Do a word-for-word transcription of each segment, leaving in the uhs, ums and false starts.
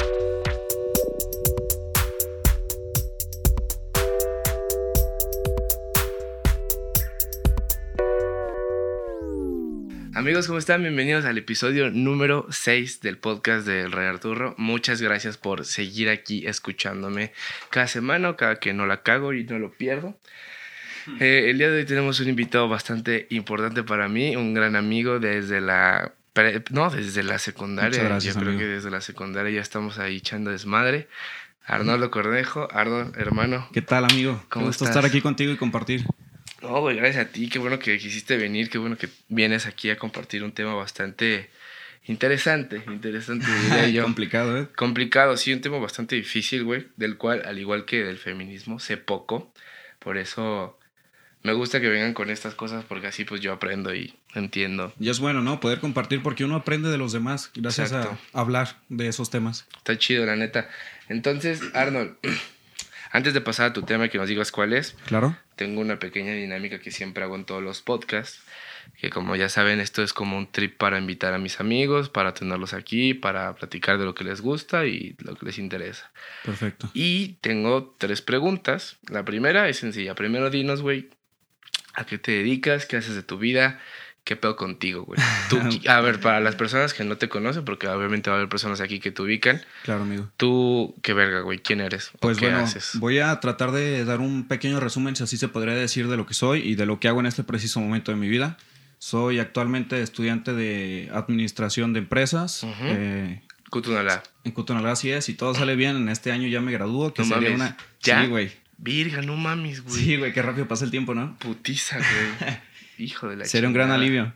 Amigos, ¿cómo están? Bienvenidos al episodio número seis del podcast del Rey Arturo. Muchas gracias por seguir aquí escuchándome cada semana o cada que no la cago y no lo pierdo. Eh, el día de hoy tenemos un invitado bastante importante para mí, un gran amigo desde la... Pre- no, desde la secundaria. Gracias, Yo creo amigo. que desde la secundaria ya estamos ahí echando desmadre. Arnoldo Cornejo, Ardo, hermano. ¿Qué tal, amigo? ¿Cómo Qué gusto estás? estar aquí contigo y compartir. No, güey, gracias a ti. Qué bueno que quisiste venir. Qué bueno que vienes aquí a compartir un tema bastante interesante. Interesante, diría yo. Complicado, ¿eh? Complicado, sí, un tema bastante difícil, güey. Del cual, al igual que del feminismo, sé poco. Por eso me gusta que vengan con estas cosas, porque así pues yo aprendo y entiendo. Y es bueno, ¿no? Poder compartir porque uno aprende de los demás gracias Exacto. a hablar de esos temas. Está chido, la neta. Entonces, Arnold, antes de pasar a tu tema, que nos digas cuál es, ¿Claro? tengo una pequeña dinámica que siempre hago en todos los podcasts, que como ya saben, esto es como un trip para invitar a mis amigos, para tenerlos aquí, para platicar de lo que les gusta y lo que les interesa. Perfecto. Y tengo tres preguntas. La primera es sencilla. Primero dinos, güey, ¿a qué te dedicas? ¿Qué haces de tu vida? ¿Qué pedo contigo, güey? Tú, a ver, para las personas que no te conocen, porque obviamente va a haber personas aquí que te ubican, Claro, amigo. tú, qué verga, güey, ¿quién eres? ¿O Pues qué bueno, haces? voy a tratar de dar un pequeño resumen, si así se podría decir, de lo que soy y de lo que hago en este preciso momento de mi vida. Soy actualmente estudiante de Administración de Empresas. Ujú. eh, Cutunalá. en Cutonalá, así es. Si todo sale bien, en este año ya me gradúo. Que No sería mames. una... ¿Ya? Sí, güey. Virga, no mames, güey. Sí, güey, qué rápido pasa el tiempo, ¿no? Putiza, güey. Hijo de la Sería un gran chingada. alivio.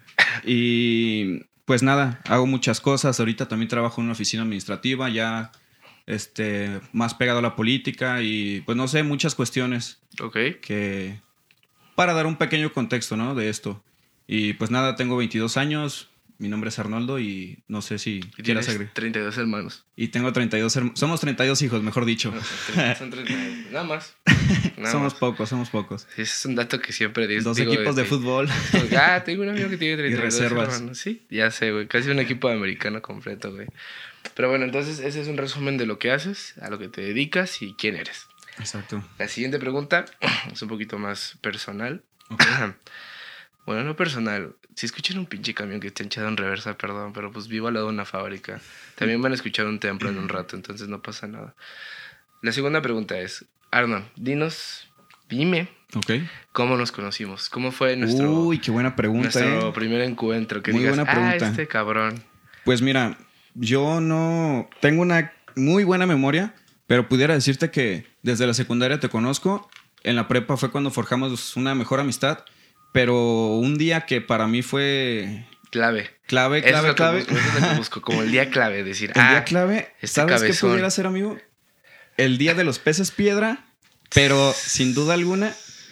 Y pues nada, hago muchas cosas. Ahorita también trabajo en una oficina administrativa, ya este, más pegado a la política y pues no sé, muchas cuestiones Ok. que... Para dar un pequeño contexto, ¿no? De esto. Y pues nada, tengo veintidós años, mi nombre es Arnoldo y no sé si Y quieras tienes agregar. treinta y dos hermanos. Y tengo treinta y dos hermanos. Somos treinta y dos hijos, mejor dicho. No, son treinta, son treinta y dos. Nada más. Nada somos más. pocos, somos pocos. Sí, ese es un dato que siempre digo. Dos digo equipos de que- fútbol. Ah, tengo un amigo que tiene treinta y dos reservas. hermanos. Sí, ya sé, güey. Casi un equipo americano completo, güey. Pero bueno, entonces ese es un resumen de lo que haces, a lo que te dedicas y quién eres. Exacto. La siguiente pregunta es un poquito más personal. Ok. Bueno, no personal. Si escuchan un pinche camión que está echado en reversa, perdón, pero pues vivo al lado de una fábrica. También van a escuchar un templo en un rato, entonces no pasa nada. La segunda pregunta es, Arnold, dinos, dime, Ok. ¿cómo nos conocimos? ¿Cómo fue nuestro, Uy, qué buena pregunta, nuestro ¿eh? primer encuentro? Que Muy digas, buena pregunta. ah, este cabrón. Pues mira, yo no tengo una muy buena memoria, pero pudiera decirte que desde la secundaria te conozco. En la prepa fue cuando forjamos una mejor amistad, pero un día que para mí fue Clave. clave, Eso es clave, lo que clave. busco, eso es lo que busco, como el día clave, decir, El ah, día clave, este ¿sabes qué cabezón. pudiera ser, amigo? El día de los peces piedra, pero sin duda alguna,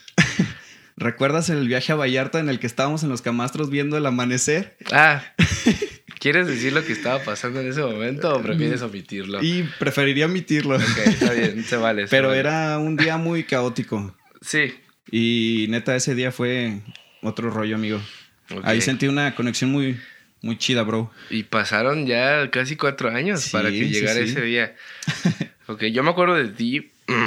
¿recuerdas el viaje a Vallarta en el que estábamos en los camastros viendo el amanecer? Ah, ¿quieres decir lo que estaba pasando en ese momento o prefieres omitirlo? Y preferiría omitirlo. Ok, está bien, se vale. se Pero vale. era un día muy caótico. Sí. Y neta, ese día fue otro rollo, amigo. Ok. Ahí sentí una conexión muy, muy chida, bro. Y pasaron ya casi cuatro años Sí, para que sí, llegara sí. ese día. Ok, yo me acuerdo de ti.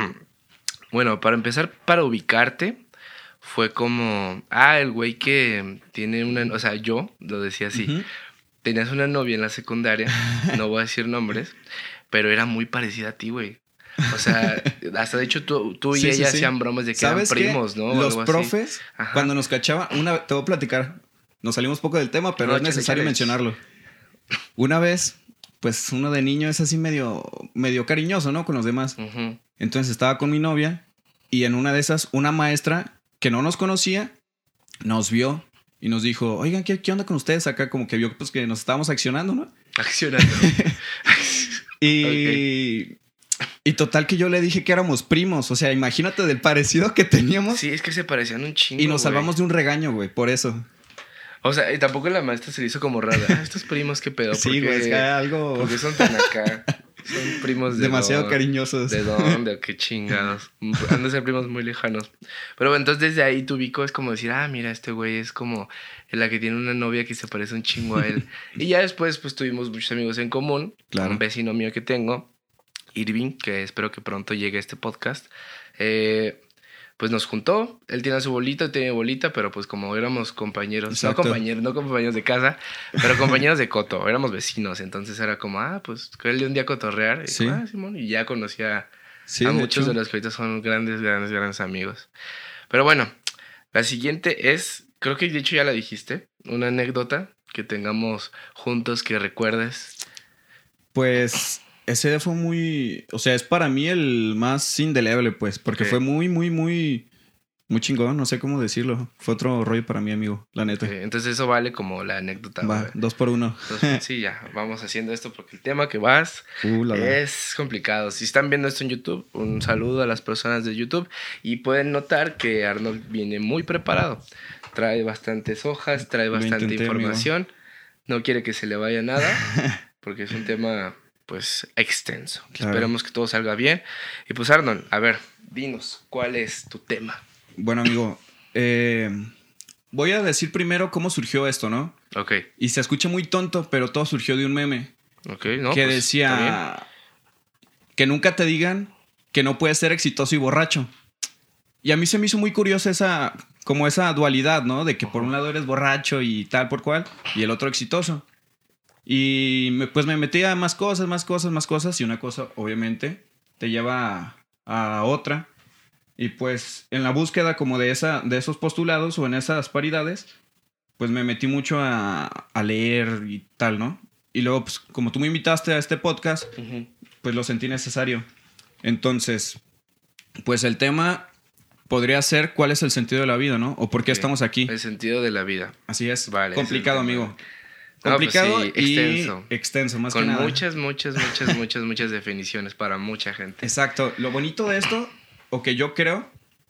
Bueno, para empezar, para ubicarte, fue como, ah, el güey que tiene una, o sea, yo lo decía así. Ujú. Tenías una novia en la secundaria, no voy a decir nombres, pero era muy parecida a ti, güey. O sea, hasta de hecho tú, tú y Sí, sí, ella sí. hacían bromas de que eran ¿Sabes qué? primos, ¿no? O Los algo así. profes, Ajá. cuando nos cachaban, una, te voy a platicar. Nos salimos poco del tema, pero No, es échale, necesario échale. mencionarlo. Una vez, pues uno de niño es así medio, medio cariñoso, ¿no? Con los demás. Ujú. Entonces estaba con mi novia y en una de esas, una maestra que no nos conocía, nos vio y nos dijo, oigan, ¿qué, qué onda con ustedes acá? Como que vio pues, que nos estábamos accionando, ¿no? Accionando. Y, y total que yo le dije que éramos primos. O sea, imagínate del parecido que teníamos. Sí, es que se parecían un chingo. Y nos güey. salvamos de un regaño, güey, por eso. O sea, y tampoco la maestra se le hizo como rara. Ah, estos primos, qué pedo. Sí, porque, güey, es que algo porque son tan acá. Son primos de demasiado dónde, cariñosos. ¿De dónde? Qué chingados. Han de ser primos muy lejanos. Pero bueno, entonces desde ahí tu ubico es como decir, ah, mira, este güey es como la que tiene una novia que se parece un chingo a él. Y ya después, pues tuvimos muchos amigos en común. Claro. Un vecino mío que tengo, Irving, que espero que pronto llegue a este podcast, eh, pues nos juntó. Él tiene su bolita, tiene bolita, pero pues como éramos compañeros, Exacto. no compañeros, no compañeros de casa, pero compañeros de coto, éramos vecinos, entonces era como, ah, pues que él de un día a cotorrear, y, Sí. ah, Simón, y ya conocía Sí, a de muchos hecho. de los que ahorita son grandes, grandes, grandes amigos. Pero bueno, la siguiente es, creo que de hecho ya la dijiste, una anécdota que tengamos juntos que recuerdes. Pues ese día fue muy, o sea, es para mí el más indeleble, pues, porque Ok. fue muy, muy, muy, muy chingón, no sé cómo decirlo. Fue otro rollo para mí, amigo, la neta. Eh, entonces eso vale como la anécdota. Va, güey. dos por uno. Entonces, sí, ya, vamos haciendo esto porque el tema que vas Uh, la, la. es complicado. Si están viendo esto en YouTube, un saludo a las personas de YouTube y pueden notar que Arnold viene muy preparado. Trae bastantes hojas, trae Lo bastante intenté, información. No quiere que se le vaya nada porque es un tema pues extenso. Claro. Esperemos que todo salga bien. Y pues Arnold, a ver, dinos, ¿cuál es tu tema? Bueno, amigo, eh, voy a decir primero cómo surgió esto, ¿no? Ok, Y se escucha muy tonto, pero todo surgió de un meme ok, ¿no? que pues, está bien. decía que nunca te digan que no puedes ser exitoso y borracho. Y a mí se me hizo muy curiosa esa, como esa dualidad, ¿no? De que por un lado eres borracho y tal por cual, y el otro exitoso. Y me, pues me metí a más cosas, más cosas, más cosas, y una cosa, obviamente, te lleva a, a otra. Y pues en la búsqueda como de, esa, de esos postulados o en esas paridades, pues me metí mucho a, a leer y tal, ¿no? Y luego, pues como tú me invitaste a este podcast, Ujú. pues lo sentí necesario. Entonces, pues el tema podría ser cuál es el sentido de la vida, ¿no? O por qué Ok. estamos aquí. El sentido de la vida. Así es. Vale, Complicado, ese es el tema. amigo. No, Complicado pues sí, y extenso. extenso, más Con que nada. muchas, muchas, muchas, muchas, muchas definiciones para mucha gente. Exacto. Lo bonito de esto, o que yo creo,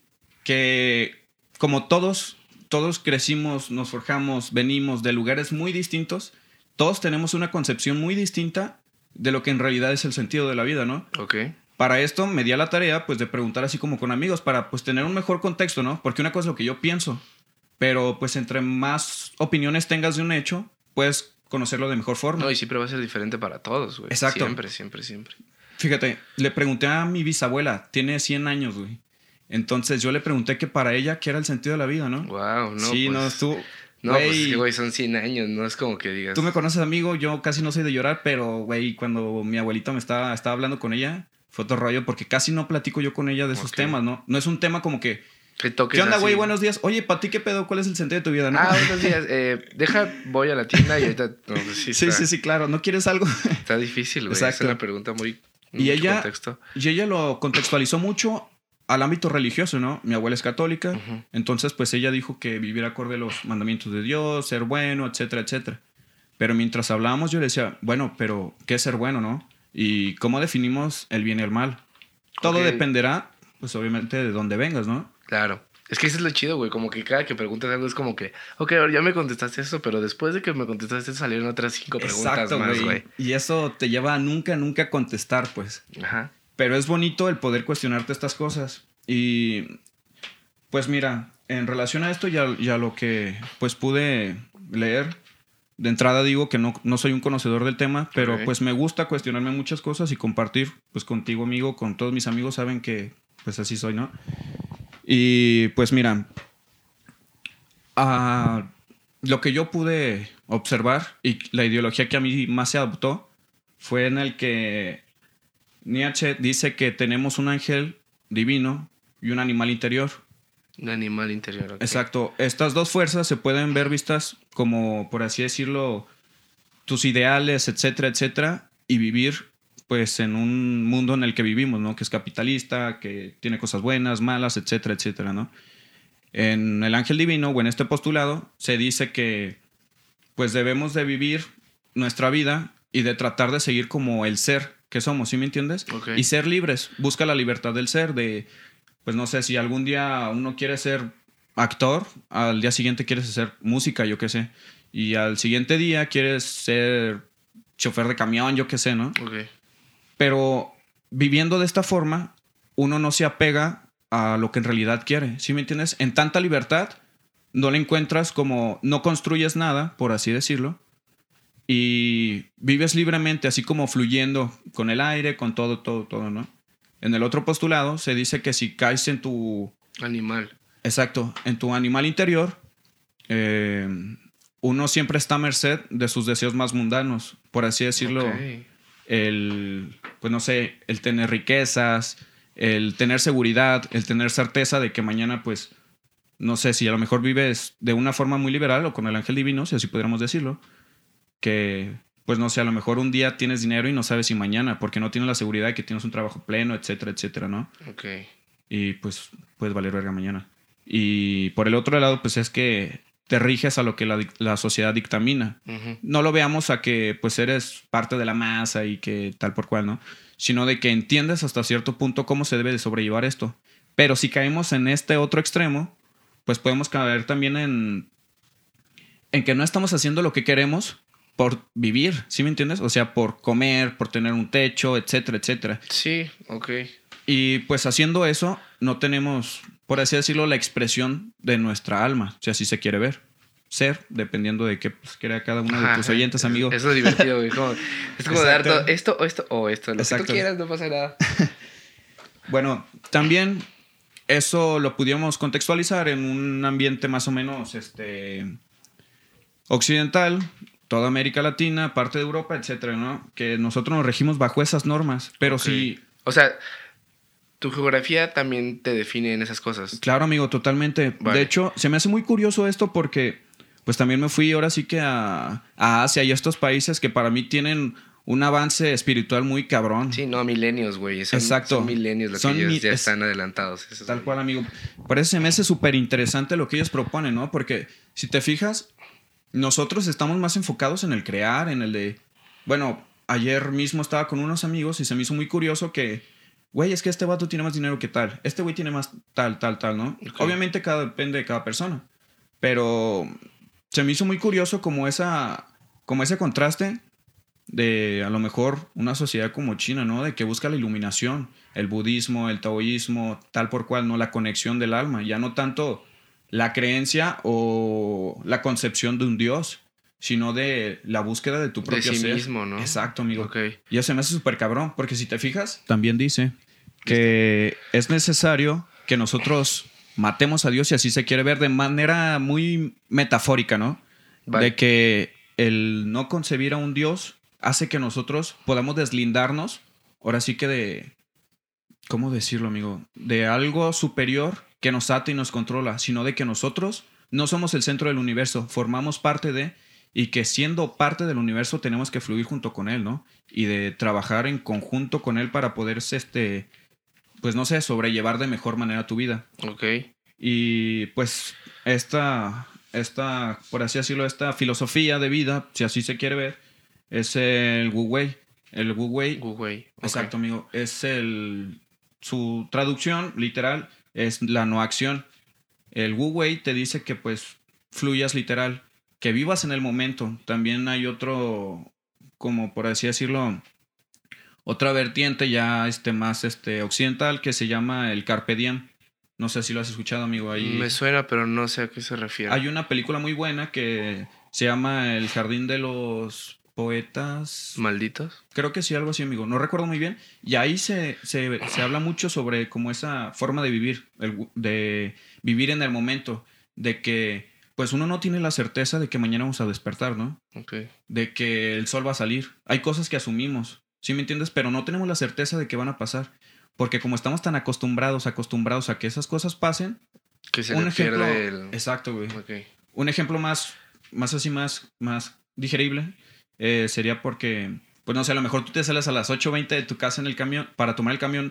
que como todos, todos crecimos, nos forjamos, venimos de lugares muy distintos, todos tenemos una concepción muy distinta de lo que en realidad es el sentido de la vida, ¿no? Ok. Para esto me di a la tarea, pues, de preguntar así como con amigos, para, pues, tener un mejor contexto, ¿no? Porque una cosa es lo que yo pienso, pero, pues, entre más opiniones tengas de un hecho, puedes conocerlo de mejor forma. No, y siempre va a ser diferente para todos, güey. Exacto. Siempre, siempre, siempre. Fíjate, le pregunté a mi bisabuela, tiene cien años, güey. Entonces yo le pregunté que para ella, ¿qué era el sentido de la vida, no? Wow, no, sí, pues, no, tú... No, güey, pues es que, güey, son cien años, no es como que digas... Tú me conoces, amigo, yo casi no soy de llorar, pero, güey, cuando mi abuelita me estaba, estaba hablando con ella, fue otro rollo, porque casi no platico yo con ella de esos Ok. temas, ¿no? No es un tema como que, Que toques ¿qué onda, así. güey? Buenos días. Oye, ¿para ti qué pedo? ¿Cuál es el sentido de tu vida, no? Ah, buenos días. Eh, deja, voy a la tienda y ahorita... No, pues sí, sí, está, sí, sí, claro. ¿No quieres algo? Está difícil, güey. Es Exacto. una pregunta muy... Y mucho ella, contexto. y ella lo contextualizó mucho al ámbito religioso, ¿no? Mi abuela es católica, Ujú. entonces pues ella dijo que vivir acorde a los mandamientos de Dios, ser bueno, etcétera, etcétera. Pero mientras hablábamos yo le decía, bueno, pero ¿qué es ser bueno, no? Y ¿cómo definimos el bien y el mal? Todo Ok. dependerá, pues obviamente, de dónde vengas, ¿no? Claro. Es que eso es lo chido, güey. Como que cada que preguntas algo es como que... Ok, ahora ya me contestaste eso, pero después de que me contestaste eso salieron otras cinco preguntas Exacto, más, güey. güey. Y eso te lleva a nunca, nunca contestar, pues. Ajá. Pero es bonito el poder cuestionarte estas cosas. Y pues mira, en relación a esto y a, y a lo que pues pude leer, de entrada digo que no, no soy un conocedor del tema, pero Ok. pues me gusta cuestionarme muchas cosas y compartir pues contigo, amigo, con todos mis amigos, saben que pues así soy, ¿no? Y pues mira, ah, lo que yo pude observar y la ideología que a mí más se adoptó fue en el que Nietzsche dice que tenemos un ángel divino y un animal interior. Un animal interior. ok. Exacto. Estas dos fuerzas se pueden ver vistas como, por así decirlo, tus ideales, etcétera, etcétera, y vivir pues en un mundo en el que vivimos, ¿no? Que es capitalista, que tiene cosas buenas, malas, etcétera, etcétera, ¿no? En el ángel divino o en este postulado se dice que pues debemos de vivir nuestra vida y de tratar de seguir como el ser que somos, ¿sí me entiendes? Ok. Y ser libres, busca la libertad del ser, de, pues no sé, si algún día uno quiere ser actor, al día siguiente quieres hacer música, yo qué sé, y al siguiente día quieres ser chofer de camión, yo qué sé, ¿no? Ok. Pero viviendo de esta forma, uno no se apega a lo que en realidad quiere, ¿sí me entiendes? En tanta libertad no le encuentras como, no construyes nada, por así decirlo, y vives libremente, así como fluyendo con el aire, con todo, todo, todo, ¿no? En el otro postulado se dice que si caes en tu... Animal. Exacto, en tu animal interior, eh, uno siempre está a merced de sus deseos más mundanos, por así decirlo. Ok. El, pues no sé, el tener riquezas, el tener seguridad, el tener certeza de que mañana, pues, no sé, si a lo mejor vives de una forma muy liberal o con el ángel divino, si así pudiéramos decirlo, que, pues no sé, a lo mejor un día tienes dinero y no sabes si mañana, porque no tienes la seguridad de que tienes un trabajo pleno, etcétera, etcétera, ¿no? Ok. Y pues puedes valer verga mañana. Y por el otro lado, pues es que te riges a lo que la, la sociedad dictamina. Uh-huh. No lo veamos a que pues eres parte de la masa y que tal por cual, ¿no? Sino de que entiendes hasta cierto punto cómo se debe de sobrellevar esto. Pero si caemos en este otro extremo, pues podemos caer también en, en que no estamos haciendo lo que queremos por vivir, ¿sí me entiendes? O sea, por comer, por tener un techo, etcétera, etcétera. Sí, ok. Y pues haciendo eso, no tenemos, por así decirlo, la expresión de nuestra alma, si así se quiere ver. Ser, dependiendo de qué pues, quiera cada uno de tus Ajá, oyentes, amigo. Eso es divertido, güey. Como, es como dar Exacto. todo, esto o esto o esto. Lo Exacto. que tú quieras, no pasa nada. Bueno, también eso lo pudiéramos contextualizar en un ambiente más o menos este, occidental, toda América Latina, parte de Europa, etcétera, ¿no? Que nosotros nos regimos bajo esas normas. Pero Ok. si... O sea, tu geografía también te define en esas cosas. Claro, amigo, totalmente. Vale. De hecho, se me hace muy curioso esto porque pues también me fui ahora sí que a, a Asia y a estos países que para mí tienen un avance espiritual muy cabrón. Sí, no, milenios, güey. Son, Exacto. Son milenios los Son que ellos mi- ya es- están adelantados. Eso Tal es- cual, amigo. Por eso se me hace súper interesante lo que ellos proponen, ¿no? Porque si te fijas, nosotros estamos más enfocados en el crear, en el de... Bueno, ayer mismo estaba con unos amigos y se me hizo muy curioso que, güey, es que este vato tiene más dinero que tal. Este güey tiene más tal, tal, tal, ¿no? Ok. Obviamente cada, depende de cada persona. Pero se me hizo muy curioso como esa... Como ese contraste de a lo mejor una sociedad como China, ¿no? De que busca la iluminación, el budismo, el taoísmo, tal por cual, ¿no? La conexión del alma, ya no tanto la creencia o la concepción de un dios, sino de la búsqueda de tu De propio sí ser. mismo, ¿no? Exacto, amigo. Ok. Y eso se me hace súper cabrón, porque si te fijas, también dice que es necesario que nosotros matemos a Dios, si así se quiere ver, de manera muy metafórica, ¿no? Vale. De que el no concebir a un Dios hace que nosotros podamos deslindarnos, ahora sí que de, ¿cómo decirlo, amigo? De algo superior que nos ata y nos controla, sino de que nosotros no somos el centro del universo, formamos parte de, y que siendo parte del universo tenemos que fluir junto con él, ¿no? Y de trabajar en conjunto con él para poder, este, pues no sé, sobrellevar de mejor manera tu vida. Ok. Y pues esta, esta, por así decirlo, esta filosofía de vida, si así se quiere ver, es el Wu Wei. El Wu Wei, Wu Wei. Ok. exacto, amigo, es el, su traducción literal es la no acción. El Wu Wei te dice que pues fluyas literal, que vivas en el momento. También hay otro, como por así decirlo, otra vertiente ya este, más este, occidental que se llama el Carpe Diem. No sé si lo has escuchado, amigo. Ahí Me suena, pero no sé a qué se refiere. hay una película muy buena que se llama El Jardín de los Poetas. ¿Malditos? Creo que sí, algo así, amigo. No recuerdo muy bien. Y ahí se, se, se habla mucho sobre como esa forma de vivir, el- de vivir en el momento, de que pues uno no tiene la certeza de que mañana vamos a despertar, ¿no? Ok. De que el sol va a salir. Hay cosas que asumimos, ¿sí me entiendes? Pero no tenemos la certeza de que van a pasar. Porque como estamos tan acostumbrados, acostumbrados a que esas cosas pasen, Que se un le ejemplo... pierde el... Exacto, güey. Ok. Un ejemplo más, más así, más, más digerible, eh, sería porque, pues no sé, a lo mejor tú te sales a las ocho veinte de tu casa en el camión para tomar el camión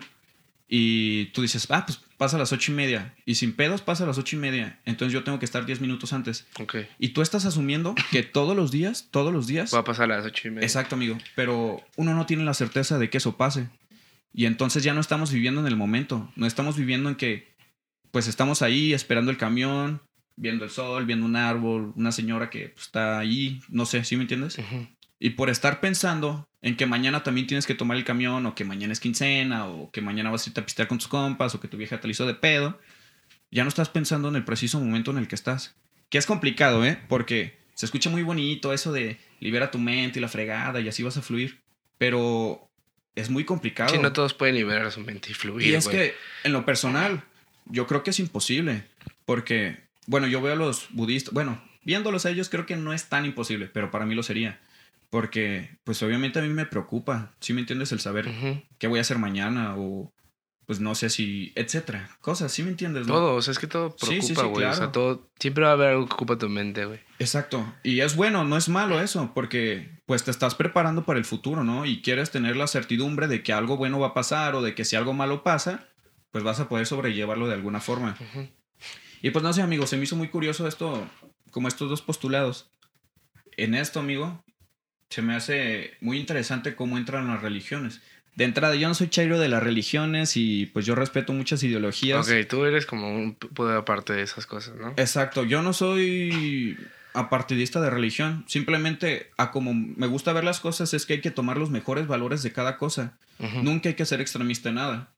y tú dices, ah, pues pasa a las ocho y media. Y sin pedos pasa a las ocho y media. Entonces yo tengo que estar diez minutos antes. Ok. Y tú estás asumiendo que todos los días, todos los días... Va a pasar a las ocho y media. Exacto, amigo. Pero uno no tiene la certeza de que eso pase. Y entonces ya no estamos viviendo en el momento. No estamos viviendo en que, pues estamos ahí esperando el camión, viendo el sol, viendo un árbol, una señora que pues, está ahí, no sé, ¿sí me entiendes? Ujú. Y por estar pensando en que mañana también tienes que tomar el camión, o que mañana es quincena, o que mañana vas a irte a pistear con tus compas, o que tu vieja te la hizo de pedo, ya no estás pensando en el preciso momento en el que estás. Que es complicado, ¿eh? Porque se escucha muy bonito eso de libera tu mente y la fregada y así vas a fluir. Pero es muy complicado. Sí, no todos pueden liberar su mente y fluir, Y es güey. que en lo personal, yo creo que es imposible. Porque, bueno, yo veo a los budistas, bueno, viéndolos a ellos creo que no es tan imposible, pero para mí lo sería. Porque, pues obviamente a mí me preocupa, ¿sí me entiendes? El saber Ujú. qué voy a hacer mañana o, pues no sé si, etcétera. Cosas, ¿sí me entiendes? ¿No? Todo, o sea, es que todo Sí, preocupa, sí, güey. sí, claro. O sea, todo... Siempre va a haber algo que ocupa tu mente, güey. Exacto. Y es bueno, no es malo eso, porque pues te estás preparando para el futuro, ¿no? Y quieres tener la certidumbre de que algo bueno va a pasar o de que si algo malo pasa, pues vas a poder sobrellevarlo de alguna forma. Ujú. Y pues no sé, amigo, se me hizo muy curioso esto, como estos dos postulados. En esto, amigo, se me hace muy interesante cómo entran las religiones. De entrada, yo no soy chairo de las religiones y pues yo respeto muchas ideologías. Ok, tú eres como un poder aparte de esas cosas, ¿no? Exacto, yo no soy apartidista de religión. Simplemente, a como me gusta ver las cosas, es que hay que tomar los mejores valores de cada cosa. Ujú. Nunca hay que ser extremista en nada.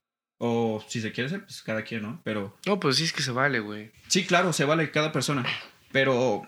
O si se quiere ser, pues cada quien, ¿no? Pero No, pues sí es que se vale, güey. sí, claro, se vale cada persona. Pero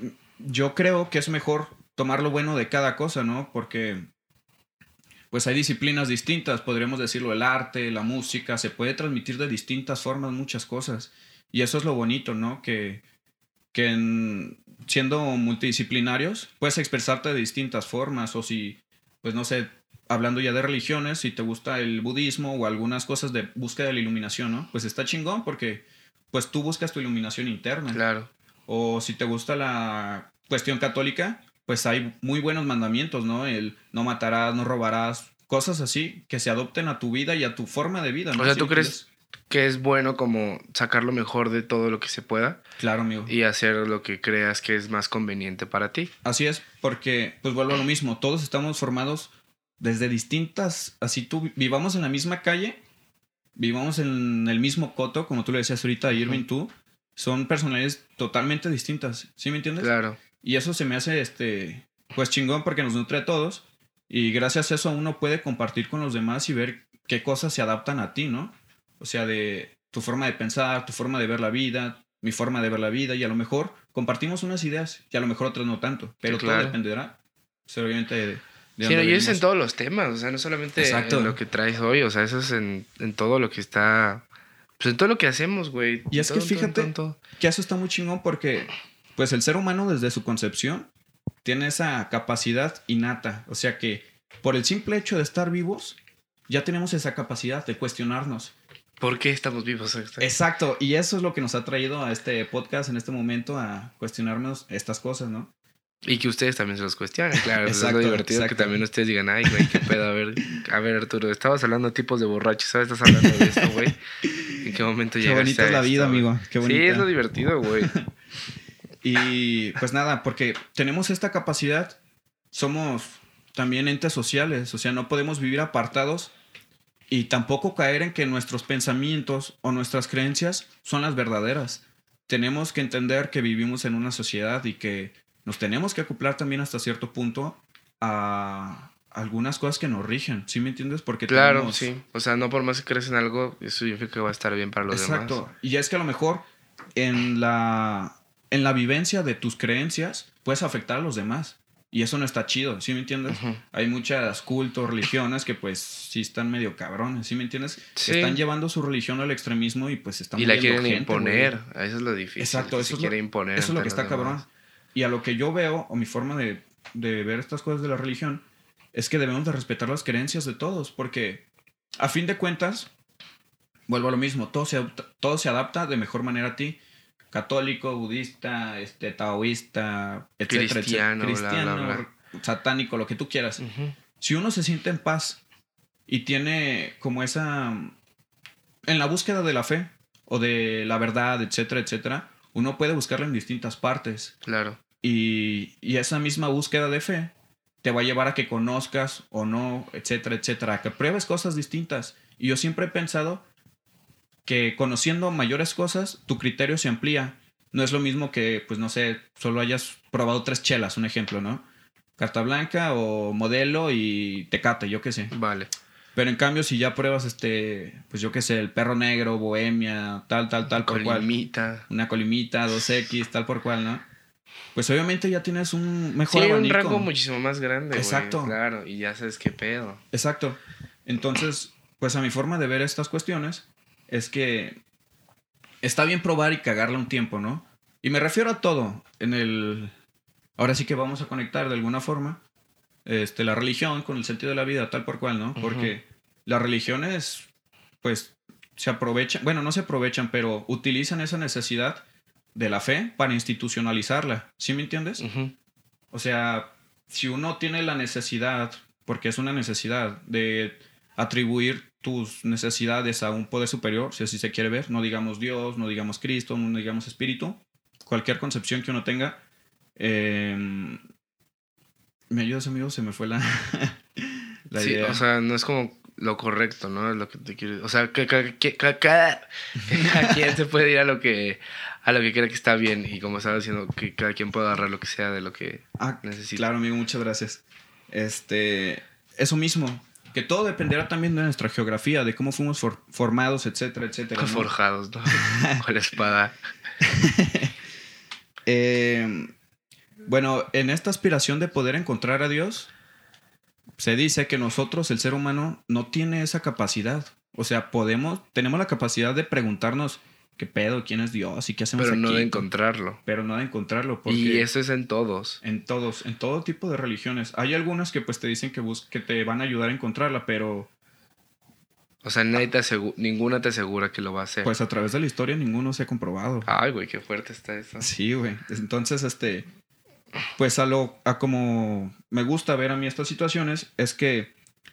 yo creo que es mejor tomar lo bueno de cada cosa, ¿no? Porque pues hay disciplinas distintas, podríamos decirlo, el arte, la música, se puede transmitir de distintas formas muchas cosas. Y eso es lo bonito, ¿no? Que, que en- siendo multidisciplinarios puedes expresarte de distintas formas. O si, pues no sé, hablando ya de religiones, si te gusta el budismo o algunas cosas de búsqueda de la iluminación, ¿no? Pues está chingón porque pues tú buscas tu iluminación interna. Claro. O si te gusta la cuestión católica, pues hay muy buenos mandamientos, ¿no? El no matarás, no robarás, cosas así que se adopten a tu vida y a tu forma de vida, ¿no? O sea, ¿Sí ¿tú me crees entiendes? que es bueno como sacar lo mejor de todo lo que se pueda Claro, amigo. y hacer lo que creas que es más conveniente para ti? Así es, porque pues vuelvo a lo mismo, todos estamos formados desde distintas, así tú vi- vivamos en la misma calle, vivamos en el mismo coto, como tú le decías ahorita a Irving, Ujú. tú, son personalidades totalmente distintas, ¿sí me entiendes? Claro. Y eso se me hace, este, pues chingón porque nos nutre a todos. Y gracias a eso uno puede compartir con los demás y ver qué cosas se adaptan a ti, ¿no? O sea, de tu forma de pensar, tu forma de ver la vida, mi forma de ver la vida. Y a lo mejor compartimos unas ideas y a lo mejor otras no tanto. Pero Sí, todo claro. dependerá, pues, obviamente, de, de Sí, dónde no, y eso es en venimos. todos los temas, o sea, no solamente Exacto. en lo que traes hoy, o sea, eso es en, en todo lo que está, pues en todo lo que hacemos, güey. Y es Todo, que todo, fíjate todo, todo. que eso está muy chingón porque, pues, el ser humano desde su concepción tiene esa capacidad innata. O sea que por el simple hecho de estar vivos, ya tenemos esa capacidad de cuestionarnos. ¿Por qué estamos vivos? Exacto, y eso es lo que nos ha traído a este podcast en este momento, a cuestionarnos estas cosas, ¿no? Y que ustedes también se los cuestionen, claro. Pues es Exacto, lo divertido exacto. que también ustedes digan, ay, güey, qué pedo, a ver, a ver, Arturo, estabas hablando de tipos de borrachos, ¿sabes? Estás hablando de esto, güey. ¿En qué momento Qué llegaste bonita a es la esto, vida, güey? amigo, qué bonita. Sí, es lo divertido, güey. Y pues nada, porque tenemos esta capacidad, somos también entes sociales, o sea, no podemos vivir apartados y tampoco caer en que nuestros pensamientos o nuestras creencias son las verdaderas. Tenemos que entender que vivimos en una sociedad y que nos tenemos que acoplar también hasta cierto punto a algunas cosas que nos rigen, ¿sí me entiendes? Porque Claro, tenemos... sí. O sea, no por más que crees en algo, eso significa que va a estar bien para los Exacto. demás. Y es que a lo mejor en la, en la vivencia de tus creencias puedes afectar a los demás. Y eso no está chido, ¿sí me entiendes? Ujú. Hay muchas cultos, religiones que pues sí están medio cabrones, ¿sí me entiendes? Sí. Están llevando su religión al extremismo y pues están Y la muriendo quieren gente, imponer. güey. Eso es lo difícil. Exacto, que eso se es quiere lo, imponer. eso es lo que entre está los cabrón. demás. Y a lo que yo veo, o mi forma de, de ver estas cosas de la religión, es que debemos de respetar las creencias de todos, porque a fin de cuentas, vuelvo a lo mismo, todo se, adapta- todo se adapta de mejor manera a ti. Católico, budista, este, taoísta, etcétera, Cristiano, bla, etcétera. Cristiano, bla, bla. satánico, lo que tú quieras. Ujú. Si uno se siente en paz y tiene como esa... En la búsqueda de la fe o de la verdad, etcétera, etcétera, uno puede buscarla en distintas partes. Claro. Y, y esa misma búsqueda de fe te va a llevar a que conozcas o no, etcétera, etcétera, a que pruebes cosas distintas. Y yo siempre he pensado que conociendo mayores cosas, tu criterio se amplía. No es lo mismo que, pues no sé, solo hayas probado tres chelas, un ejemplo, ¿no? Carta blanca o modelo y Tecate, yo qué sé. Vale. Pero en cambio, si ya pruebas, este, pues yo qué sé, el perro negro, bohemia, tal, tal, tal, por cual. Colimita. Una colimita, dos equis, tal por cual, ¿no? pues obviamente ya tienes un mejor sí, abanico. un rango muchísimo más grande, Exacto. güey. Claro, y ya sabes qué pedo. Exacto. Entonces, pues a mi forma de ver estas cuestiones es que está bien probar y cagarla un tiempo, ¿no? Y me refiero a todo. En el... Ahora sí que vamos a conectar de alguna forma este, la religión con el sentido de la vida, tal por cual, ¿no? Porque uh-huh. las religiones, pues, se aprovechan, bueno, no se aprovechan, pero utilizan esa necesidad de la fe para institucionalizarla. ¿Sí me entiendes? Uh-huh. O sea, si uno tiene la necesidad, porque es una necesidad, de atribuir tus necesidades a un poder superior, si así se quiere ver, no digamos Dios, no digamos Cristo, no digamos espíritu, cualquier concepción que uno tenga. Eh, ¿Me ayudas, amigo? Se me fue la, la sí, idea. O sea, no es como lo correcto, ¿no? Es lo que te quiero... O sea, que cada, que, que, cada, cada quien se puede ir a lo que a lo que crea que está bien. Y como estaba diciendo, que cada quien puede agarrar lo que sea de lo que ah, necesita. Claro, amigo, muchas gracias. Este, eso mismo. Que todo dependerá también de nuestra geografía, de cómo fuimos for, formados, etcétera, etcétera. ¿no? Forjados, ¿no? Con la espada. eh... Bueno, en esta aspiración de poder encontrar a Dios, se dice que nosotros, el ser humano, no tiene esa capacidad. O sea, podemos, tenemos la capacidad de preguntarnos qué pedo, quién es Dios y qué hacemos Pero aquí. Pero no de encontrarlo. Pero no de encontrarlo. Porque y eso es en todos. En todos, en todo tipo de religiones. Hay algunas que pues te dicen que, bus- que te van a ayudar a encontrarla, pero... O sea, nadie te asegu- ninguna te asegura que lo va a hacer. Pues a través de la historia ninguno se ha comprobado. Ay, güey, qué fuerte está eso. Sí, güey. Entonces, este... Pues a lo a como me gusta ver a mí estas situaciones es que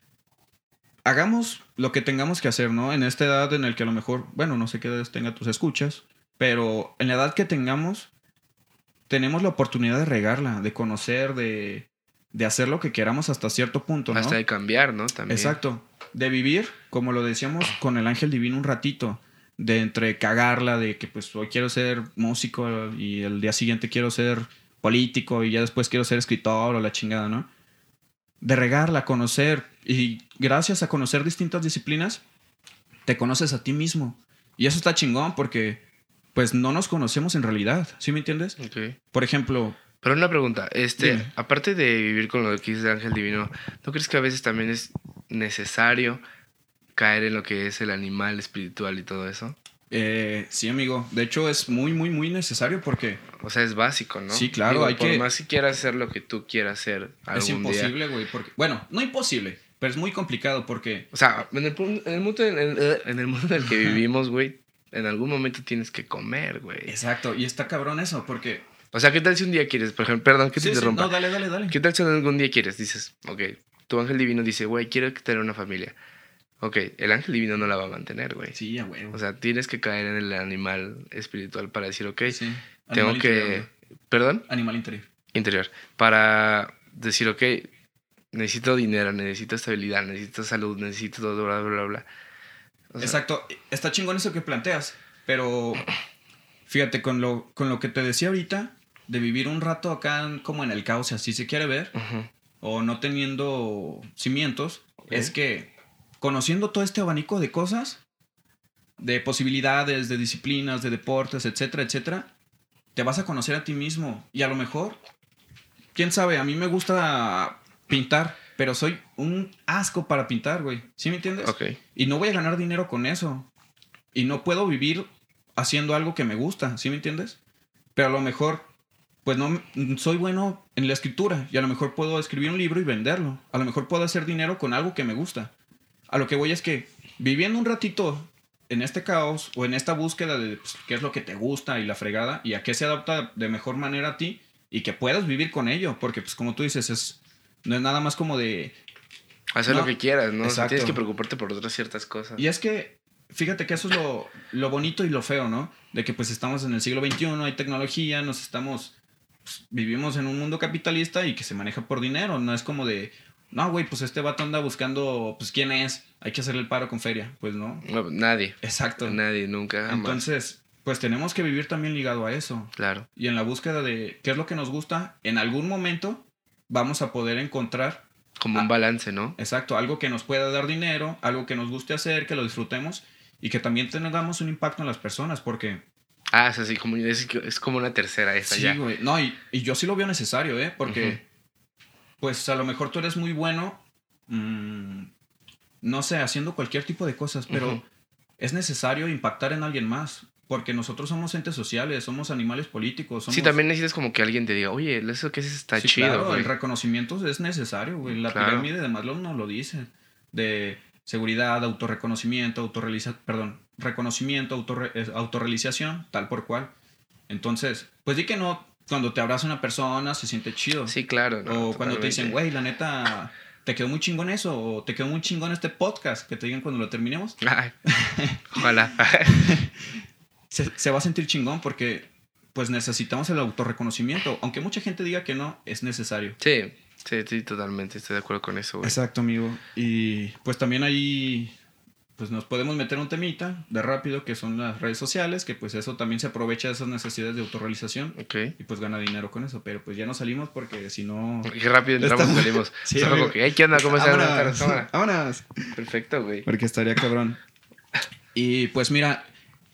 hagamos lo que tengamos que hacer, ¿no? En esta edad en la que a lo mejor, bueno, no sé qué edad tenga tus escuchas, pero en la edad que tengamos, tenemos la oportunidad de regarla, de conocer, de, de hacer lo que queramos hasta cierto punto, ¿no? Hasta de cambiar, ¿no? También. Exacto. De vivir, como lo decíamos, con el ángel divino un ratito. De entre cagarla, de que pues hoy quiero ser músico y el día siguiente quiero ser... político y ya después quiero ser escritor o la chingada, ¿no? De regarla, conocer. Y gracias a conocer distintas disciplinas, te conoces a ti mismo. Y eso está chingón porque, pues, no nos conocemos en realidad. ¿Sí me entiendes? Ok. Por ejemplo... Pero una pregunta. Este, dime. Aparte de vivir con lo que dice el ángel divino, ¿no crees que a veces también es necesario caer en lo que es el animal espiritual y todo eso? Eh, sí, amigo. De hecho, es muy, muy, muy necesario porque... O sea, es básico, ¿no? Sí, claro. Digo, hay por que... más que quieras hacer lo que tú quieras hacer algún es imposible, día. güey. Porque... Bueno, no imposible, pero es muy complicado porque... O sea, en el, en el mundo en el, en el mundo en el que vivimos, güey, en algún momento tienes que comer, güey. Exacto. Y está cabrón eso porque... O sea, ¿qué tal si un día quieres, por ejemplo, perdón que sí, te sí, interrumpa? no, dale, dale, dale. ¿Qué tal si algún día quieres? Dices, ok, tu ángel divino dice, güey, quiero tener una familia. Ok, el ángel divino no la va a mantener, güey. Sí, a huevo. O sea, tienes que caer en el animal espiritual para decir, ok, sí. tengo que... Interior. ¿Perdón? Animal interior. Interior. Para decir, ok, necesito dinero, necesito estabilidad, necesito salud, necesito todo, bla, bla, bla, bla. O sea, exacto. Está chingón eso que planteas, pero fíjate, con lo, con lo que te decía ahorita, de vivir un rato acá como en el caos, si así se quiere ver, uh-huh. o no teniendo cimientos, okay. es que conociendo todo este abanico de cosas, de posibilidades, de disciplinas, de deportes, etcétera, etcétera, te vas a conocer a ti mismo. Y a lo mejor, quién sabe, a mí me gusta pintar, pero soy un asco para pintar, güey. ¿Sí me entiendes? Okay. Y no voy a ganar dinero con eso. Y no puedo vivir haciendo algo que me gusta, ¿sí me entiendes? Pero a lo mejor, pues no soy bueno en la escritura. Y a lo mejor puedo escribir un libro y venderlo. A lo mejor puedo hacer dinero con algo que me gusta. A lo que voy es que viviendo un ratito en este caos o en esta búsqueda de pues, qué es lo que te gusta y la fregada y a qué se adapta de mejor manera a ti y que puedas vivir con ello. Porque pues como tú dices, es, no es nada más como de... hacer no, lo que quieras, ¿no? O sea, exacto. tienes que preocuparte por otras ciertas cosas. Y es que, fíjate que eso es lo, lo bonito y lo feo, ¿no? De que pues estamos en el siglo veintiuno, hay tecnología, nos estamos... Pues, vivimos en un mundo capitalista y que se maneja por dinero. No es como de... No, güey, pues este vato anda buscando, pues, ¿quién es? Hay que hacerle el paro con feria. Pues, ¿no? no nadie. Exacto. Nadie, nunca, jamás. Entonces, pues, tenemos que vivir también ligado a eso. Claro. Y en la búsqueda de qué es lo que nos gusta, en algún momento vamos a poder encontrar... Como un a, balance, ¿no? Exacto. Algo que nos pueda dar dinero, algo que nos guste hacer, que lo disfrutemos y que también tengamos un impacto en las personas, porque... Ah, o sea, sí, como, es, es como una tercera esa sí, ya. güey. No, y, y yo sí lo veo necesario, ¿eh? Porque, uh-huh. pues a lo mejor tú eres muy bueno, mmm, no sé, haciendo cualquier tipo de cosas, pero uh-huh. es necesario impactar en alguien más. Porque nosotros somos entes sociales, somos animales políticos. Somos... Sí, también necesitas como que alguien te diga, oye, eso que es está sí, chido, claro, güey. El reconocimiento es necesario, güey. La claro. pirámide de Maslow nos lo dice. De seguridad, autorreconocimiento, autorrealiza... perdón, reconocimiento, autorre... autorrealización, tal por cual. Entonces, pues di que no, cuando te abraza una persona se siente chido. Sí, claro. No, o totalmente. Cuando te dicen, güey, la neta, te quedó muy chingón eso, o te quedó muy chingón este podcast, que te digan cuando lo terminemos. Ay, ojalá. se, se va a sentir chingón porque pues necesitamos el autorreconocimiento. Aunque mucha gente diga que no, es necesario. Sí, sí, sí, totalmente. Estoy de acuerdo con eso, güey. Exacto, amigo. Y pues también ahí pues nos podemos meter un temita de rápido, que son las redes sociales, que pues eso también se aprovecha de esas necesidades de autorrealización. Okay. Y pues gana dinero con eso. Pero pues ya no salimos porque si no... Qué rápido entramos y salimos. Sí, o sea, como que, hey, ¿qué onda? ¿Cómo se llama la cámara? Vámonos. Perfecto, güey. Porque estaría cabrón. Y pues mira,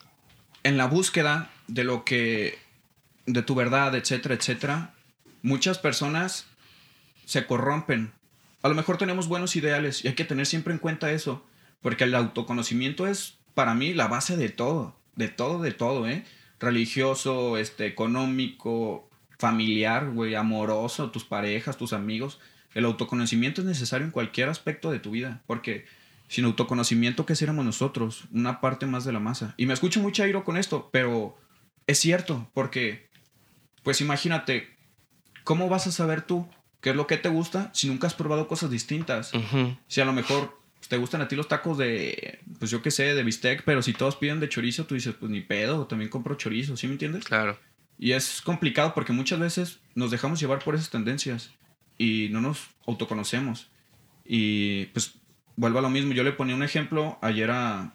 en la búsqueda de lo que... de tu verdad, etcétera, etcétera, muchas personas se corrompen. A lo mejor tenemos buenos ideales y hay que tener siempre en cuenta eso. Porque el autoconocimiento es, para mí, la base de todo. De todo, de todo, ¿eh? Religioso, este, económico, familiar, güey, amoroso, tus parejas, tus amigos. El autoconocimiento es necesario en cualquier aspecto de tu vida. Porque sin autoconocimiento, ¿qué seríamos nosotros? Una parte más de la masa. Y me escucho muy chairo con esto, pero es cierto. Porque, pues imagínate, ¿cómo vas a saber tú qué es lo que te gusta si nunca has probado cosas distintas? Uh-huh. Si a lo mejor... te gustan a ti los tacos de, pues yo qué sé, de bistec, pero si todos piden de chorizo, tú dices, pues ni pedo, también compro chorizo, ¿sí me entiendes? Claro. Y es complicado porque muchas veces nos dejamos llevar por esas tendencias y no nos autoconocemos. Y pues vuelvo a lo mismo, yo le ponía un ejemplo ayer a,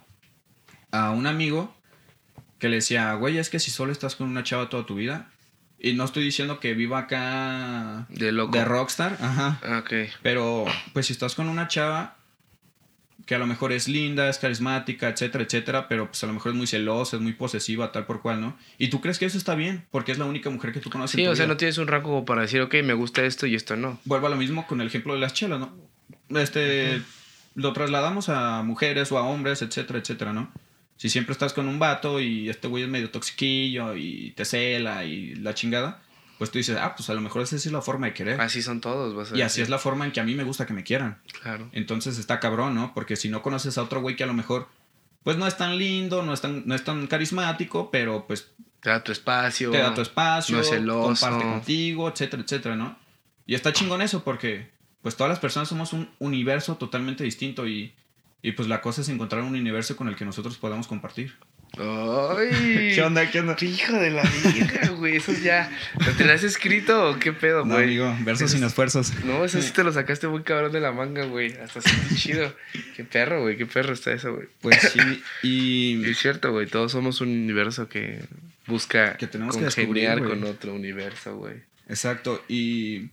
a un amigo que le decía, güey, es que si solo estás con una chava toda tu vida, y no estoy diciendo que viva acá de loco, de rockstar, ajá, okay. Pero pues si estás con una chava que a lo mejor es linda, es carismática, etcétera, etcétera, pero pues a lo mejor es muy celosa, es muy posesiva, tal por cual, ¿no? Y tú crees que eso está bien, porque es la única mujer que tú conoces. Sí, en tu o sea, vida. no tienes un rango como para decir, ok, me gusta esto y esto no. Vuelvo a lo mismo con el ejemplo de las chelas, ¿no? Este, uh-huh. Lo trasladamos a mujeres o a hombres, etcétera, etcétera, ¿no? Si siempre estás con un vato y este güey es medio toxiquillo y te cela y la chingada, pues tú dices, ah, pues a lo mejor esa es la forma de querer. Así son todos, vas a Y así es la forma en que a mí me gusta que me quieran. Claro. Entonces está cabrón, ¿no? Porque si no conoces a otro güey que a lo mejor, pues no es tan lindo, no es tan, no es tan carismático, pero pues... te da tu espacio. Te da tu espacio. No es celoso. Comparte contigo, etcétera, etcétera, ¿no? Y está chingón eso porque, pues todas las personas somos un universo totalmente distinto y, y pues la cosa es encontrar un universo con el que nosotros podamos compartir. Ay, ¿Qué onda? ¿Qué onda? ¿Qué hijo de la vieja, güey? Eso ya. ¿Lo tenías escrito o qué pedo, güey? No, amigo, versos sin esfuerzos. No, eso sí te lo sacaste muy cabrón de la manga, güey. Hasta así chido. Qué perro, güey. Qué perro está eso, güey. Pues sí, y. Y es cierto, güey. Todos somos un universo que busca que tenemos congeniar que con otro universo, güey. Exacto. Y.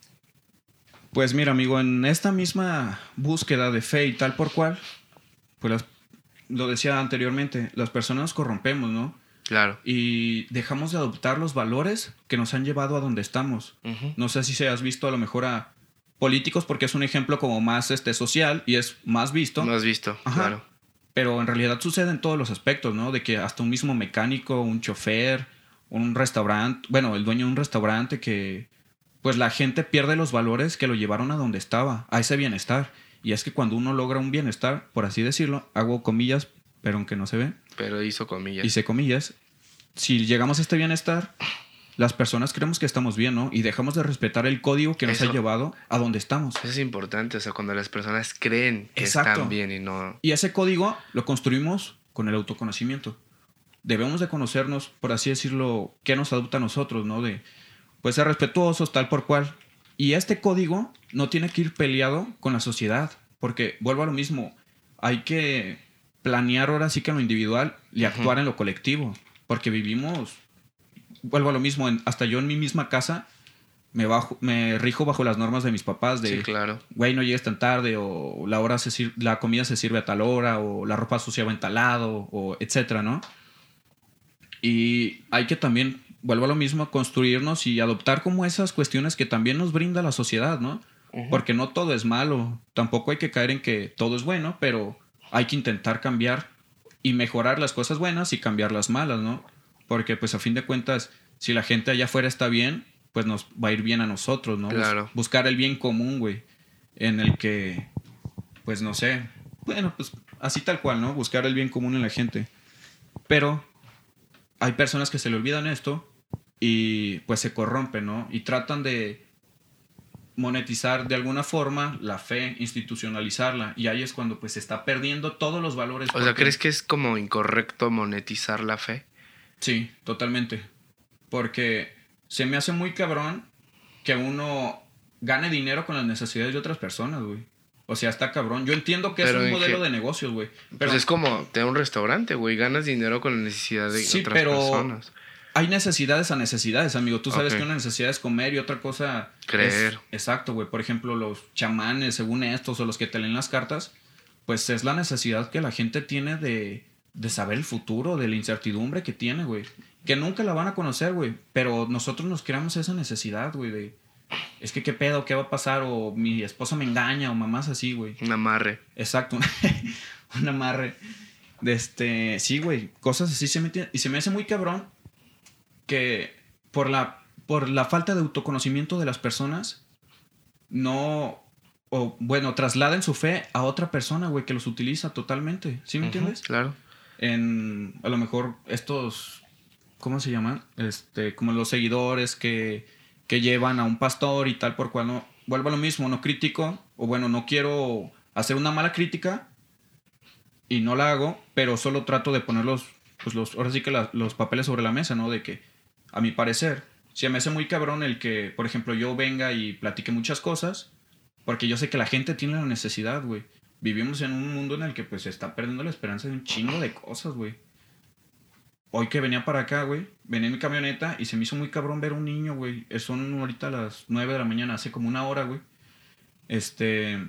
Pues mira, amigo, en esta misma búsqueda de fe y tal por cual, pues las. Lo decía anteriormente, las personas nos corrompemos, ¿no? Claro. Y dejamos de adoptar los valores que nos han llevado a donde estamos. Uh-huh. No sé si se has visto a lo mejor a políticos, porque es un ejemplo como más este, social y es más visto. Más visto, Ajá. Claro. Pero en realidad sucede en todos los aspectos, ¿no? De que hasta un mismo mecánico, un chofer, un restaurante, bueno, el dueño de un restaurante que, pues la gente pierde los valores que lo llevaron a donde estaba, a ese bienestar. Y es que cuando uno logra un bienestar, por así decirlo, hago comillas, pero aunque no se ve. Pero hizo comillas. Hice comillas. Si llegamos a este bienestar, las personas creemos que estamos bien, ¿no? Y dejamos de respetar el código que nos Eso, ha llevado a donde estamos. Eso es importante, o sea, cuando las personas creen que Exacto. están bien y no... Y ese código lo construimos con el autoconocimiento. Debemos de conocernos, por así decirlo, qué nos adopta a nosotros, ¿no? De, pues, ser respetuosos, tal por cual. Y este código no tiene que ir peleado con la sociedad, porque vuelvo a lo mismo, hay que planear ahora sí que en lo individual y actuar uh-huh. en lo colectivo, porque vivimos, vuelvo a lo mismo, en, hasta yo en mi misma casa me, bajo, me rijo bajo las normas de mis papás de, sí, claro. güey, no llegues tan tarde, o la, hora se sir- la comida se sirve a tal hora, o la ropa sucia va en tal lado, o etcétera, ¿no? Y hay que también, vuelvo a lo mismo, construirnos y adoptar como esas cuestiones que también nos brinda la sociedad, ¿no? Uh-huh. Porque no todo es malo. Tampoco hay que caer en que todo es bueno, pero hay que intentar cambiar y mejorar las cosas buenas y cambiar las malas, ¿no? Porque pues a fin de cuentas, si la gente allá afuera está bien, pues nos va a ir bien a nosotros, ¿no? Claro. Bus- buscar el bien común, güey, en el que, pues no sé, bueno, pues así tal cual, ¿no? Buscar el bien común en la gente. Pero hay personas que se le olvidan esto y pues se corrompen, ¿no? Y tratan de monetizar de alguna forma la fe, institucionalizarla, y ahí es cuando pues se está perdiendo todos los valores. O porque... sea, ¿crees que es como incorrecto monetizar la fe? Sí, totalmente. Porque se me hace muy cabrón que uno gane dinero con las necesidades de otras personas, güey. O sea, está cabrón. Yo entiendo que pero es un modelo que... de negocios, güey. Pero pues es como tener un restaurante, güey. Ganas dinero con la necesidad de sí, otras pero personas. Hay necesidades a necesidades, amigo. Tú sabes okay. que una necesidad es comer y otra cosa... Creer. Es... Exacto, güey. Por ejemplo, los chamanes, según estos, o los que te leen las cartas, pues es la necesidad que la gente tiene de, de saber el futuro, de la incertidumbre que tiene, güey. Que nunca la van a conocer, güey. Pero nosotros nos creamos esa necesidad, güey, de... Es que qué pedo, qué va a pasar, o mi esposo me engaña, o mamás así, güey. Un amarre. Exacto, un amarre. De este... Sí, güey, cosas así se meten. Y se me hace muy cabrón que por la, por la falta de autoconocimiento de las personas, no... O, bueno, trasladen su fe a otra persona, güey, que los utiliza totalmente. ¿Sí me uh-huh, entiendes? Claro. En, a lo mejor estos... ¿Cómo se llaman? Este, como los seguidores que... que llevan a un pastor y tal por cual no... Vuelvo a lo mismo, no critico, o bueno, no quiero hacer una mala crítica y no la hago, pero solo trato de poner los, pues los, ahora sí que la, los papeles sobre la mesa, ¿no? De que, a mi parecer, se me hace muy cabrón el que, por ejemplo, yo venga y platique muchas cosas, porque yo sé que la gente tiene la necesidad, güey. Vivimos en un mundo en el que, pues, se está perdiendo la esperanza de un chingo de cosas, güey. Hoy que venía para acá, güey, venía en mi camioneta y se me hizo muy cabrón ver un niño, güey. Son ahorita las nueve de la mañana, hace como una hora, güey. Este...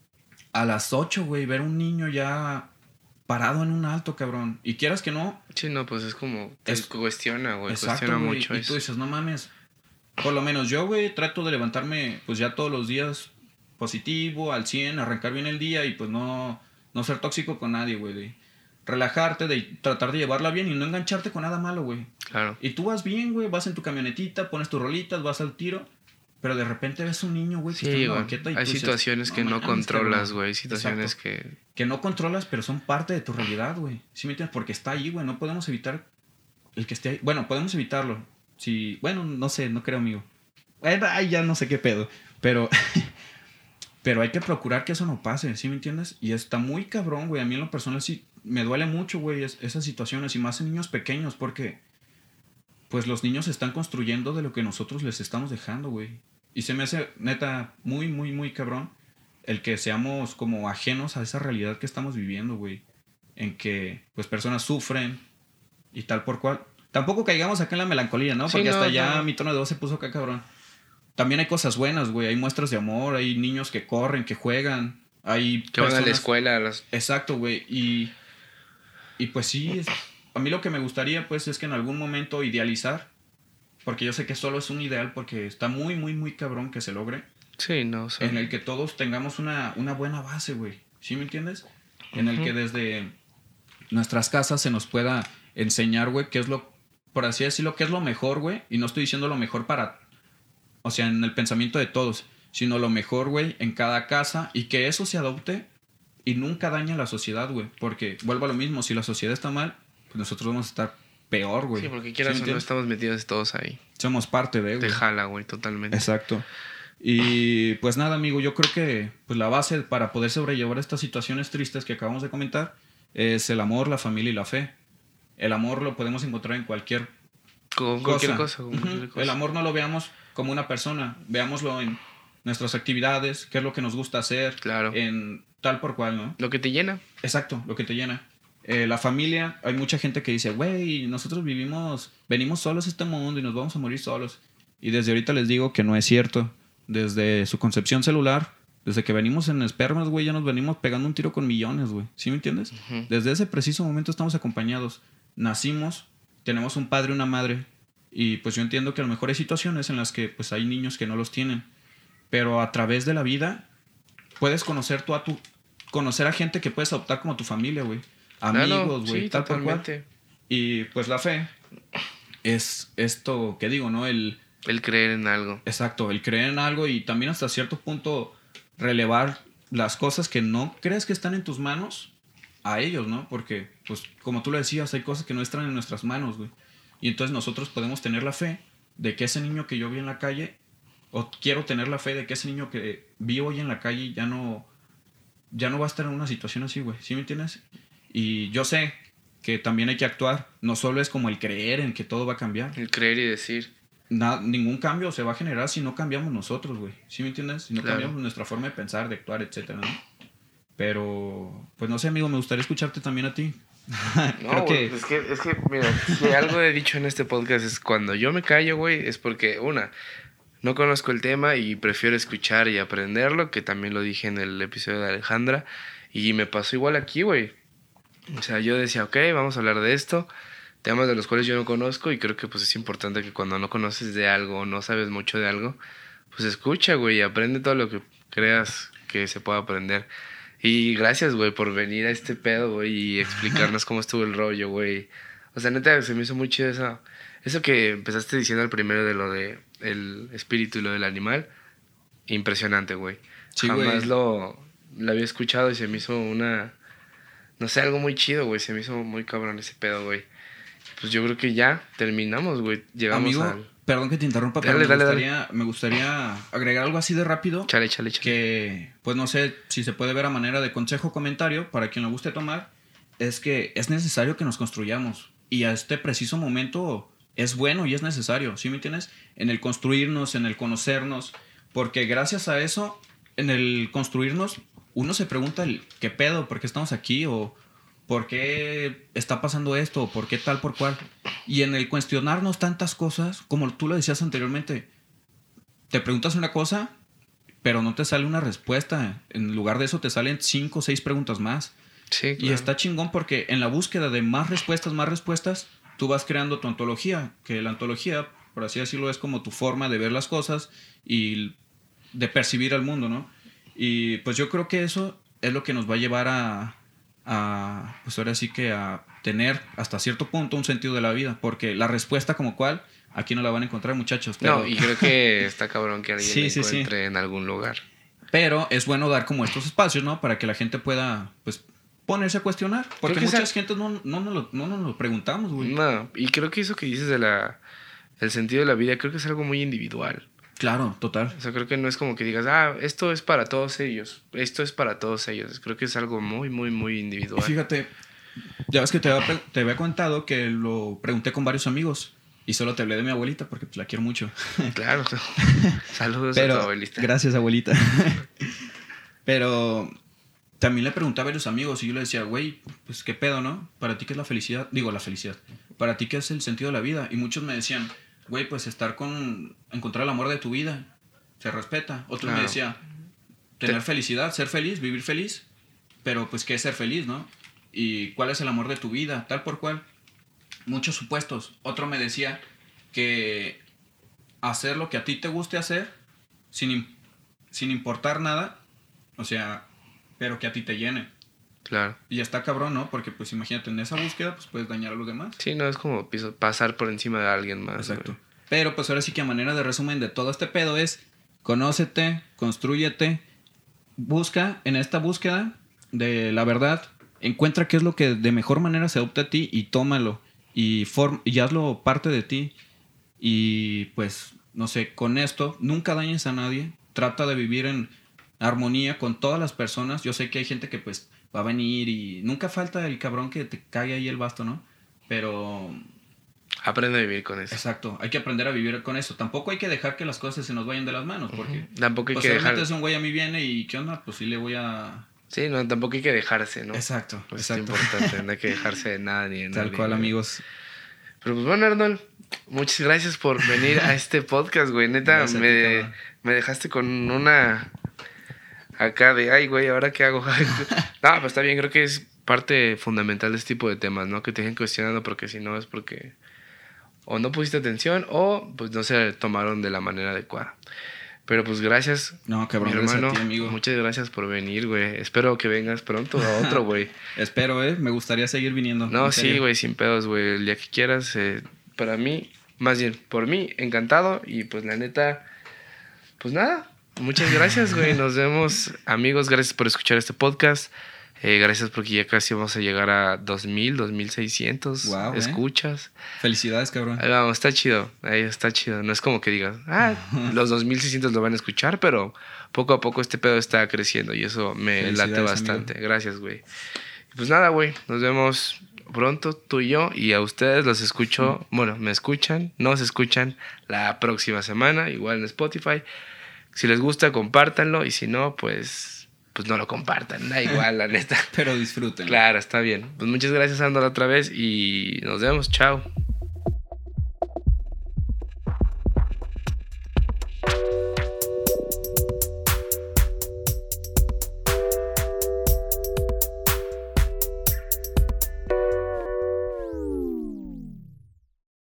A las ocho, güey, ver un niño ya parado en un alto, cabrón. Y quieras que no... Sí, no, pues es como... Te es, cuestiona, güey. Exacto, cuestiona güey. mucho y eso. Tú dices, no mames. Por lo menos yo, güey, trato de levantarme, pues ya todos los días positivo, al cien, arrancar bien el día y pues no, no ser tóxico con nadie, güey. De relajarte, de tratar de llevarla bien y no engancharte con nada malo, güey. Claro. Y tú vas bien, güey, vas en tu camionetita, pones tus rolitas, vas al tiro, pero de repente ves un niño, güey, que sí, está en la güey. banqueta y hay tú situaciones dices, que no, no controlas, güey. Situaciones Exacto. que... Que no controlas, pero son parte de tu realidad, güey. ¿Sí me entiendes? Porque está ahí, güey. No podemos evitar el que esté ahí. Bueno, podemos evitarlo. Si... Bueno, no sé, no creo, amigo. Ay, ya no sé qué pedo. Pero... pero hay que procurar que eso no pase, ¿sí me entiendes? Y está muy cabrón, güey. A mí en lo personal sí me duele mucho, güey, es, esas situaciones. Y más en niños pequeños, porque... Pues los niños se están construyendo de lo que nosotros les estamos dejando, güey. Y se me hace, neta, muy, muy, muy cabrón el que seamos como ajenos a esa realidad que estamos viviendo, güey. En que, pues, personas sufren y tal por cual. Tampoco caigamos acá en la melancolía, ¿no? Porque sí, no, hasta ya no. Mi tono de voz se puso acá, cabrón. También hay cosas buenas, güey. Hay muestras de amor, hay niños que corren, que juegan. Hay que personas... van a la escuela. Las... Exacto, güey. Y, y pues sí, es... a mí lo que me gustaría, pues, es que en algún momento idealizar. Porque yo sé que solo es un ideal porque está muy, muy, muy cabrón que se logre. Sí, no, o sea... En el que todos tengamos una, una buena base, güey. ¿Sí me entiendes? Uh-huh. En el que desde nuestras casas se nos pueda enseñar, güey, qué es lo... Por así decirlo, qué es lo mejor, güey. Y no estoy diciendo lo mejor para... O sea, en el pensamiento de todos. Sino lo mejor, güey, en cada casa. Y que eso se adopte y nunca dañe a la sociedad, güey. Porque, vuelvo a lo mismo, si la sociedad está mal, pues nosotros vamos a estar... peor, güey. Sí, porque quieras ¿sí o no estamos metidos todos ahí. Somos parte de, güey. Te jala, güey, totalmente. Exacto. Y pues nada, amigo, yo creo que pues la base para poder sobrellevar estas situaciones tristes que acabamos de comentar es el amor, la familia y la fe. El amor lo podemos encontrar en cualquier con cosa. Cualquier cosa, con uh-huh. cualquier cosa. El amor no lo veamos como una persona, veámoslo en nuestras actividades, qué es lo que nos gusta hacer, claro. En tal por cual, ¿no? Lo que te llena. Exacto, lo que te llena. Eh, la familia, hay mucha gente que dice, güey, nosotros vivimos, venimos solos a este mundo y nos vamos a morir solos. Y desde ahorita les digo que no es cierto. Desde su concepción celular, desde que venimos en espermas, güey, ya nos venimos pegando un tiro con millones, güey. ¿Sí me entiendes? Uh-huh. Desde ese preciso momento estamos acompañados. Nacimos tenemos un padre y una madre. Y pues yo entiendo que a lo mejor hay situaciones en las que pues hay niños que no los tienen. Pero a través de la vida puedes conocer tú a tu... Conocer a gente que puedes adoptar como tu familia, güey. Amigos, güey, sí, tal por cual. totalmente. Y pues la fe es esto que digo, ¿no? El... El creer en algo. Exacto, el creer en algo y también hasta cierto punto relevar las cosas que no crees que están en tus manos a ellos, ¿no? Porque, pues, como tú lo decías, hay cosas que no están en nuestras manos, güey. Y entonces nosotros podemos tener la fe de que ese niño que yo vi en la calle, o quiero tener la fe de que ese niño que vi hoy en la calle ya no, ya no va a estar en una situación así, güey. ¿Sí me entiendes? Y yo sé que también hay que actuar. No solo es como el creer en que todo va a cambiar. El creer y decir. Nada, ningún cambio se va a generar si no cambiamos nosotros, güey. ¿Sí me entiendes? Si no Claro. cambiamos nuestra forma de pensar, de actuar, etcétera, ¿no? Pero, pues no sé, amigo, me gustaría escucharte también a ti. No, Creo güey, que... es que, es que, mira, si algo he dicho en este podcast es cuando yo me callo, güey, es porque, una, no conozco el tema y prefiero escuchar y aprenderlo, que también lo dije en el episodio de Alejandra, y me pasó igual aquí, güey. O sea, yo decía, ok, vamos a hablar de esto, temas de los cuales yo no conozco, y creo que pues es importante que cuando no conoces de algo o no sabes mucho de algo, pues escucha, güey, y aprende todo lo que creas que se pueda aprender. Y gracias, güey, por venir a este pedo, güey, y explicarnos cómo estuvo el rollo, güey. O sea, neta, se me hizo muy chido eso. Eso que empezaste diciendo al primero de lo de el espíritu y lo del animal. Impresionante, güey. Sí, Jamás güey. lo, lo había escuchado y se me hizo una... No sé, algo muy chido, güey. Se me hizo muy cabrón ese pedo, güey. Pues yo creo que ya terminamos, güey. Llegamos Amigo, al... perdón que te interrumpa, Dale, pero me, dale, gustaría, me gustaría agregar algo así de rápido. Chale, chale, chale. Que, pues no sé si se puede ver a manera de consejo o comentario para quien lo guste tomar. Es que es necesario que nos construyamos. Y a este preciso momento es bueno y es necesario, ¿sí me entiendes? En el construirnos, en el conocernos. Porque gracias a eso, en el construirnos, uno se pregunta el ¿qué pedo? ¿Por qué estamos aquí? O ¿por qué está pasando esto? ¿Por qué tal por cual? Y en el cuestionarnos tantas cosas, como tú lo decías anteriormente, te preguntas una cosa, pero no te sale una respuesta. En lugar de eso te salen cinco o seis preguntas más. Sí, Y claro. está chingón porque en la búsqueda de más respuestas, más respuestas, tú vas creando tu ontología. Que la ontología, por así decirlo, es como tu forma de ver las cosas y de percibir al mundo, ¿no? Y pues yo creo que eso es lo que nos va a llevar a, a pues ahora sí que a tener hasta cierto punto un sentido de la vida. Porque la respuesta como cual, aquí no la van a encontrar, muchachos. Pero, No, y creo que está cabrón que alguien Sí, la sí, sí. encuentre en algún lugar. pero es bueno dar como estos espacios, ¿no? Para que la gente pueda, pues, ponerse a cuestionar. Porque Creo que muchas esa- gentes no, no, nos lo, no nos lo preguntamos, güey. No, y creo que eso que dices de la el sentido de la vida, creo que es algo muy individual. Claro, total. O sea, creo que no es como que digas, ah, esto es para todos ellos, esto es para todos ellos. Creo que es algo muy, muy, muy Y individual. fíjate, ya ves que te había, pre- te había contado que lo pregunté con varios amigos y solo te hablé de mi abuelita porque pues, la quiero mucho. Claro. Saludos a Pero, tu abuelita. gracias, abuelita. Pero también le pregunté a varios amigos y yo le decía, güey, pues qué pedo, ¿no? Para ti, ¿qué es la felicidad? Digo, la felicidad. Para ti, ¿qué es el sentido de la vida? Y muchos me decían, güey, pues estar con... encontrar el amor de tu vida. Se respeta. Otros Claro. me decían, tener Te- felicidad, ser feliz, vivir feliz. Pero pues, ¿qué es ser feliz, no? Y cuál es el amor de tu vida, tal por cual. Muchos supuestos. Otro me decía que hacer lo que a ti te guste hacer sin, im- sin importar nada, o sea, pero que a ti te llene. Claro. Y ya está cabrón, ¿no? Porque pues imagínate, en esa búsqueda pues puedes dañar a los demás. Sí, no es como piso- pasar por encima de alguien más. Exacto. güey. Pero pues ahora sí que a manera de resumen de todo este pedo es conócete, constrúyete, busca en esta búsqueda de la verdad, encuentra qué es lo que de mejor manera se adopta a ti y tómalo y, form y hazlo parte de ti. Y pues, no sé, con esto nunca dañes a nadie, trata de vivir en armonía con todas las personas. Yo sé que hay gente que pues va a venir y nunca falta el cabrón que te cae ahí el basto, ¿no? Pero Aprende a vivir con eso. exacto, hay que aprender a vivir con eso. Tampoco hay que dejar que las cosas se nos vayan de las manos, porque Ujú. Tampoco hay pues, que dejar... obviamente si un güey a mí viene y ¿qué onda? Pues sí le voy a... Sí, no, tampoco hay que dejarse, ¿no? Exacto, Pues exacto. es importante, no hay que dejarse de nada ni de Tal nadie, cual, güey. amigos. Pero pues bueno, Arnold, muchas gracias por venir a este podcast, güey. Neta, Gracias a ti, me, cabrón. me dejaste con una... Acá de, ay, güey, ¿ahora qué hago? No, pues está bien, creo que es parte fundamental de este tipo de temas, ¿no? Que te dejen cuestionando, porque si no es porque o no pusiste atención o pues no se tomaron de la manera adecuada. Pero pues gracias, no, cabrón, mi hermano. Gracias a ti, amigo. Muchas gracias por venir, güey. Espero que vengas pronto a otro, güey. Espero, eh. Me gustaría seguir viniendo. No, sí, güey, sin pedos, güey. El día que quieras, eh, para mí, más bien, por mí, encantado. Y pues la neta, pues nada. Muchas gracias, güey. Nos vemos, amigos. Gracias por escuchar este podcast. Eh, gracias porque ya casi vamos a llegar a dos mil, dos mil seiscientos wow, escuchas. Eh. Felicidades, cabrón. Ahí vamos, está chido. Ahí está chido. No es como que digas, ah, los dos mil seiscientos lo van a escuchar, pero poco a poco este pedo está creciendo y eso me late bastante. Amigo. Gracias, güey. Pues nada, güey. Nos vemos pronto, tú y yo. Y a ustedes los escucho, mm. bueno, me escuchan, nos escuchan la próxima semana, igual en Spotify. Si les gusta, compártanlo. Y si no, pues... pues no lo compartan, da igual, la neta. Pero disfruten. Claro, está bien. Pues muchas gracias, Andor, otra vez y nos vemos. Chao.